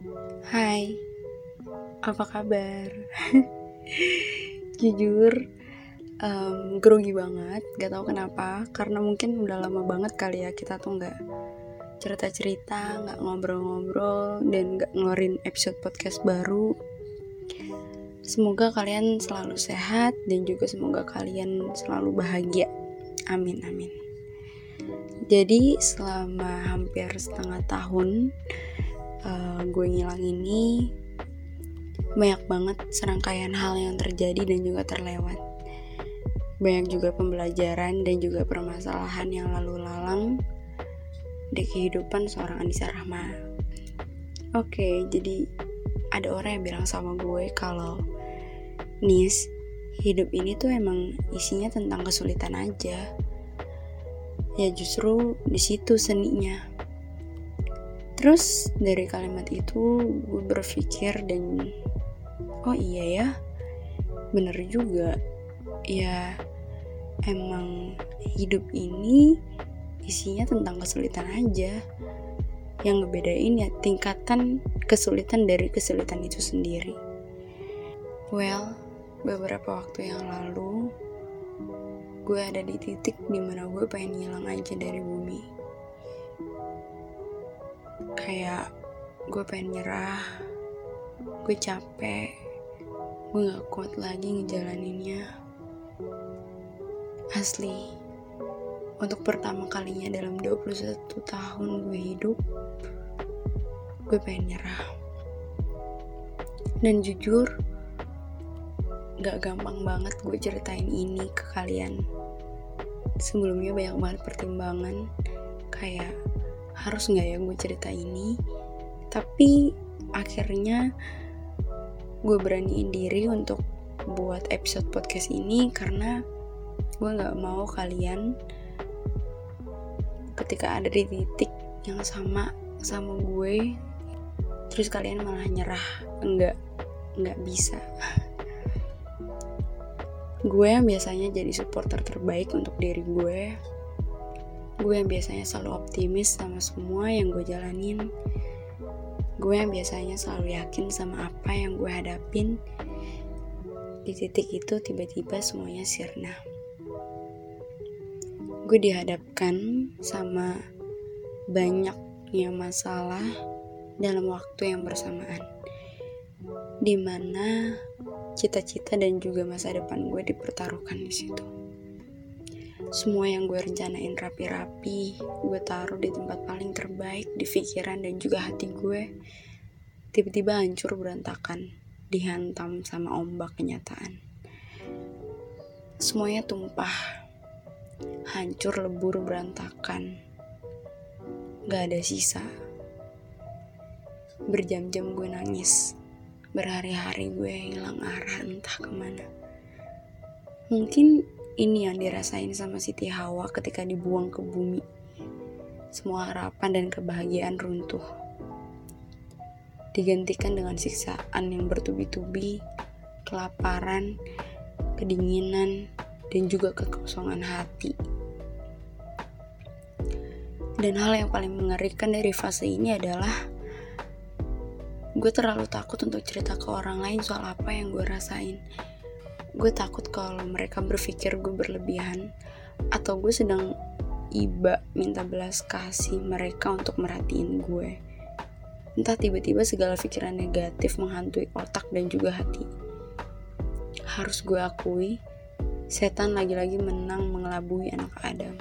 Hai, apa kabar? Jujur, grogi banget, gak tahu kenapa. Karena mungkin udah lama banget kali ya kita tuh gak cerita-cerita, gak ngobrol-ngobrol, dan gak ngeluarin episode podcast baru. Semoga kalian selalu sehat, dan juga semoga kalian selalu bahagia. Amin, amin. Jadi selama hampir setengah tahun gue ngilang ini, banyak banget serangkaian hal yang terjadi dan juga terlewat. Banyak juga pembelajaran dan juga permasalahan yang lalu lalang di kehidupan seorang Anissa Rahma. Oke, jadi ada orang yang bilang sama gue kalau Nis, hidup ini tuh emang isinya tentang kesulitan aja. Ya justru di situ seninya. Terus dari kalimat itu gue berpikir dan oh iya ya, bener juga. Ya emang hidup ini isinya tentang kesulitan aja. Yang ngebedain ya tingkatan kesulitan dari kesulitan itu sendiri. Well, beberapa waktu yang lalu gue ada di titik dimana gue pengen ngilang aja dari bumi. Kayak gue pengen nyerah, gue capek, gue gak kuat lagi ngejalaninnya. Asli, untuk pertama kalinya dalam 21 tahun gue hidup, gue pengen nyerah. Dan jujur, gak gampang banget gue ceritain ini ke kalian. Sebelumnya banyak banget pertimbangan, kayak harus gak ya gue cerita ini. Tapi akhirnya gue beraniin diri untuk buat episode podcast ini karena gue gak mau kalian ketika ada di titik yang sama gue terus kalian malah nyerah. Enggak bisa. Gue yang biasanya jadi supporter terbaik untuk diri gue yang biasanya selalu optimis sama semua yang gue jalanin, gue yang biasanya selalu yakin sama apa yang gue hadapin, di titik itu tiba-tiba semuanya sirna. Gue dihadapkan sama banyaknya masalah dalam waktu yang bersamaan, dimana cita-cita dan juga masa depan gue dipertaruhkan di situ. Semua yang gue rencanain rapi-rapi, gue taruh di tempat paling terbaik di pikiran dan juga hati gue, tiba-tiba hancur berantakan, dihantam sama ombak kenyataan. Semuanya tumpah, hancur lebur berantakan, gak ada sisa. Berjam-jam gue nangis, berhari-hari gue hilang arah entah kemana. Mungkin ini yang dirasain sama Siti Hawa ketika dibuang ke bumi. Semua harapan dan kebahagiaan runtuh, digantikan dengan siksaan yang bertubi-tubi, kelaparan, kedinginan, dan juga kekosongan hati. Dan hal yang paling mengerikan dari fase ini adalah gue terlalu takut untuk cerita ke orang lain soal apa yang gue rasain. Gue takut kalau mereka berpikir gue berlebihan, atau gue sedang iba minta belas kasih mereka untuk merhatiin gue. Entah tiba-tiba segala pikiran negatif menghantui otak dan juga hati. Harus gue akui, setan lagi-lagi menang mengelabui anak Adam.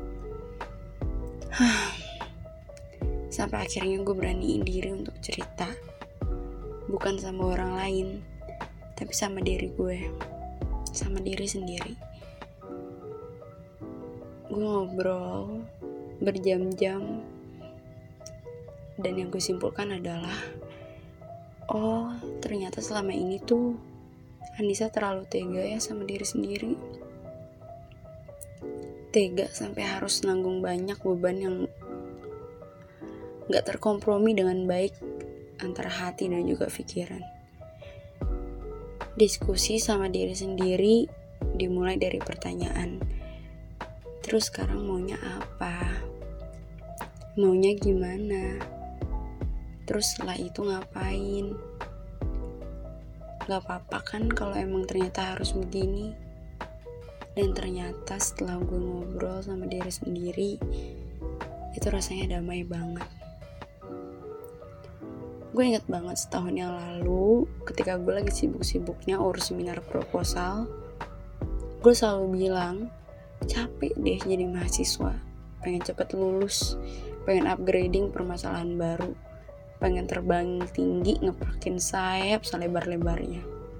Sampai akhirnya gue beraniin diri untuk cerita. Bukan sama orang lain, tapi sama diri gue, sama diri sendiri. Gue ngobrol berjam-jam, dan yang gue simpulkan adalah oh ternyata selama ini tuh Anissa terlalu tega ya sama diri sendiri. Tega sampai harus nanggung banyak beban yang gak terkompromi dengan baik antara hati dan juga pikiran. Diskusi sama diri sendiri dimulai dari pertanyaan, terus sekarang maunya apa? Maunya gimana? Terus setelah itu ngapain? Gak apa-apa kan kalau emang ternyata harus begini. Dan ternyata setelah gue ngobrol sama diri sendiri, itu rasanya damai banget. Gue inget banget setahun yang lalu, ketika gue lagi sibuk-sibuknya urus seminar proposal, gue selalu bilang, capek deh jadi mahasiswa, pengen cepet lulus, pengen upgrading permasalahan baru, pengen terbang tinggi ngeprakin sayap selebar-lebarnya.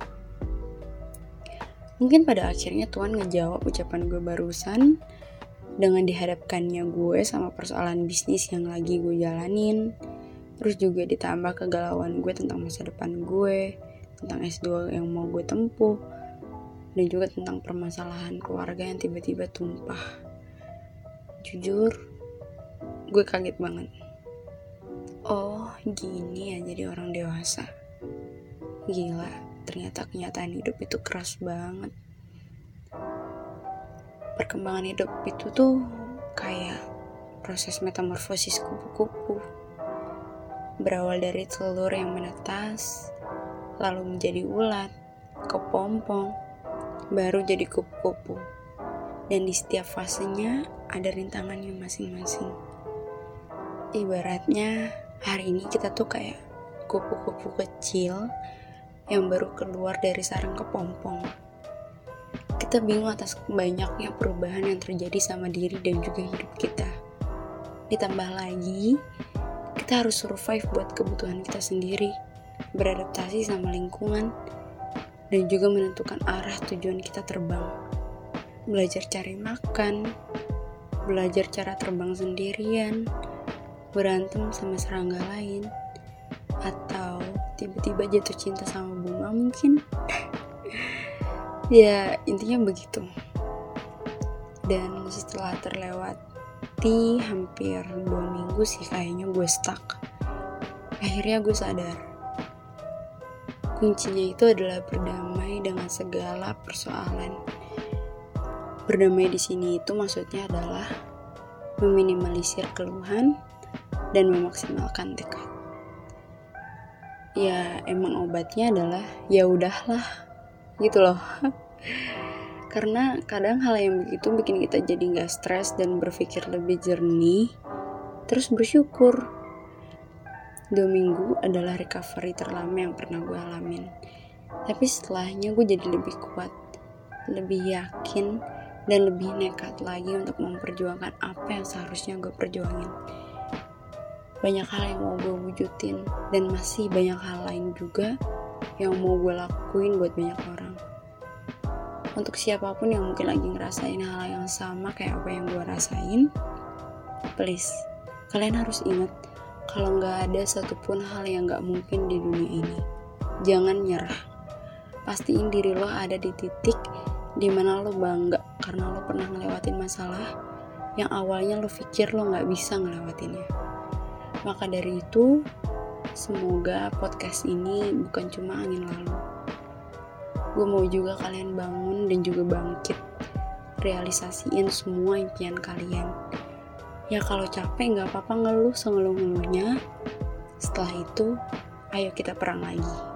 Mungkin pada akhirnya Tuhan ngejawab ucapan gue barusan dengan dihadapkannya gue sama persoalan bisnis yang lagi gue jalanin. Terus juga ditambah kegalauan gue tentang masa depan gue, tentang S2 yang mau gue tempuh, dan juga tentang permasalahan keluarga yang tiba-tiba tumpah. Jujur, gue kaget banget. Oh, gini ya jadi orang dewasa. Gila, ternyata kenyataan hidup itu keras banget. Perkembangan hidup itu tuh kayak proses metamorfosis kupu-kupu. Berawal dari telur yang menetas, lalu menjadi ulat, kepompong, baru jadi kupu-kupu. Dan di setiap fasenya ada rintangannya masing-masing. Ibaratnya hari ini kita tuh kayak kupu-kupu kecil yang baru keluar dari sarang kepompong. Kita bingung atas banyaknya perubahan yang terjadi sama diri dan juga hidup kita. Ditambah lagi, kita harus survive buat kebutuhan kita sendiri, beradaptasi sama lingkungan, dan juga menentukan arah tujuan kita terbang. Belajar cari makan, belajar cara terbang sendirian, berantem sama serangga lain, atau tiba-tiba jatuh cinta sama bunga mungkin. Ya, intinya begitu. Dan setelah terlewati hampir 2 minggu sih kayaknya gue stuck. Akhirnya gue sadar, kuncinya itu adalah berdamai dengan segala persoalan. Berdamai di sini itu maksudnya adalah meminimalisir keluhan dan memaksimalkan tekad. Ya, emang obatnya adalah ya udahlah, gitu loh. Karena kadang hal yang begitu bikin kita jadi gak stres dan berpikir lebih jernih, terus bersyukur. 2 minggu adalah recovery terlama yang pernah gue alamin. Tapi setelahnya gue jadi lebih kuat, lebih yakin, dan lebih nekat lagi untuk memperjuangkan apa yang seharusnya gue perjuangin. Banyak hal yang mau gue wujudin, dan masih banyak hal lain juga yang mau gue lakuin buat banyak orang. Untuk siapapun yang mungkin lagi ngerasain hal yang sama kayak apa yang gue rasain, please, kalian harus ingat kalau gak ada satupun hal yang gak mungkin di dunia ini. Jangan nyerah. Pastiin diri lo ada di titik dimana lo bangga karena lo pernah ngelewatin masalah yang awalnya lo pikir lo gak bisa ngelewatinnya. Maka dari itu, semoga podcast ini bukan cuma angin lalu. Gue mau juga kalian bangun dan juga bangkit, realisasiin semua impian kalian. Ya kalau capek gak apa-apa ngeluh sengeluh-ngeluhnya. Setelah itu, ayo kita perang lagi.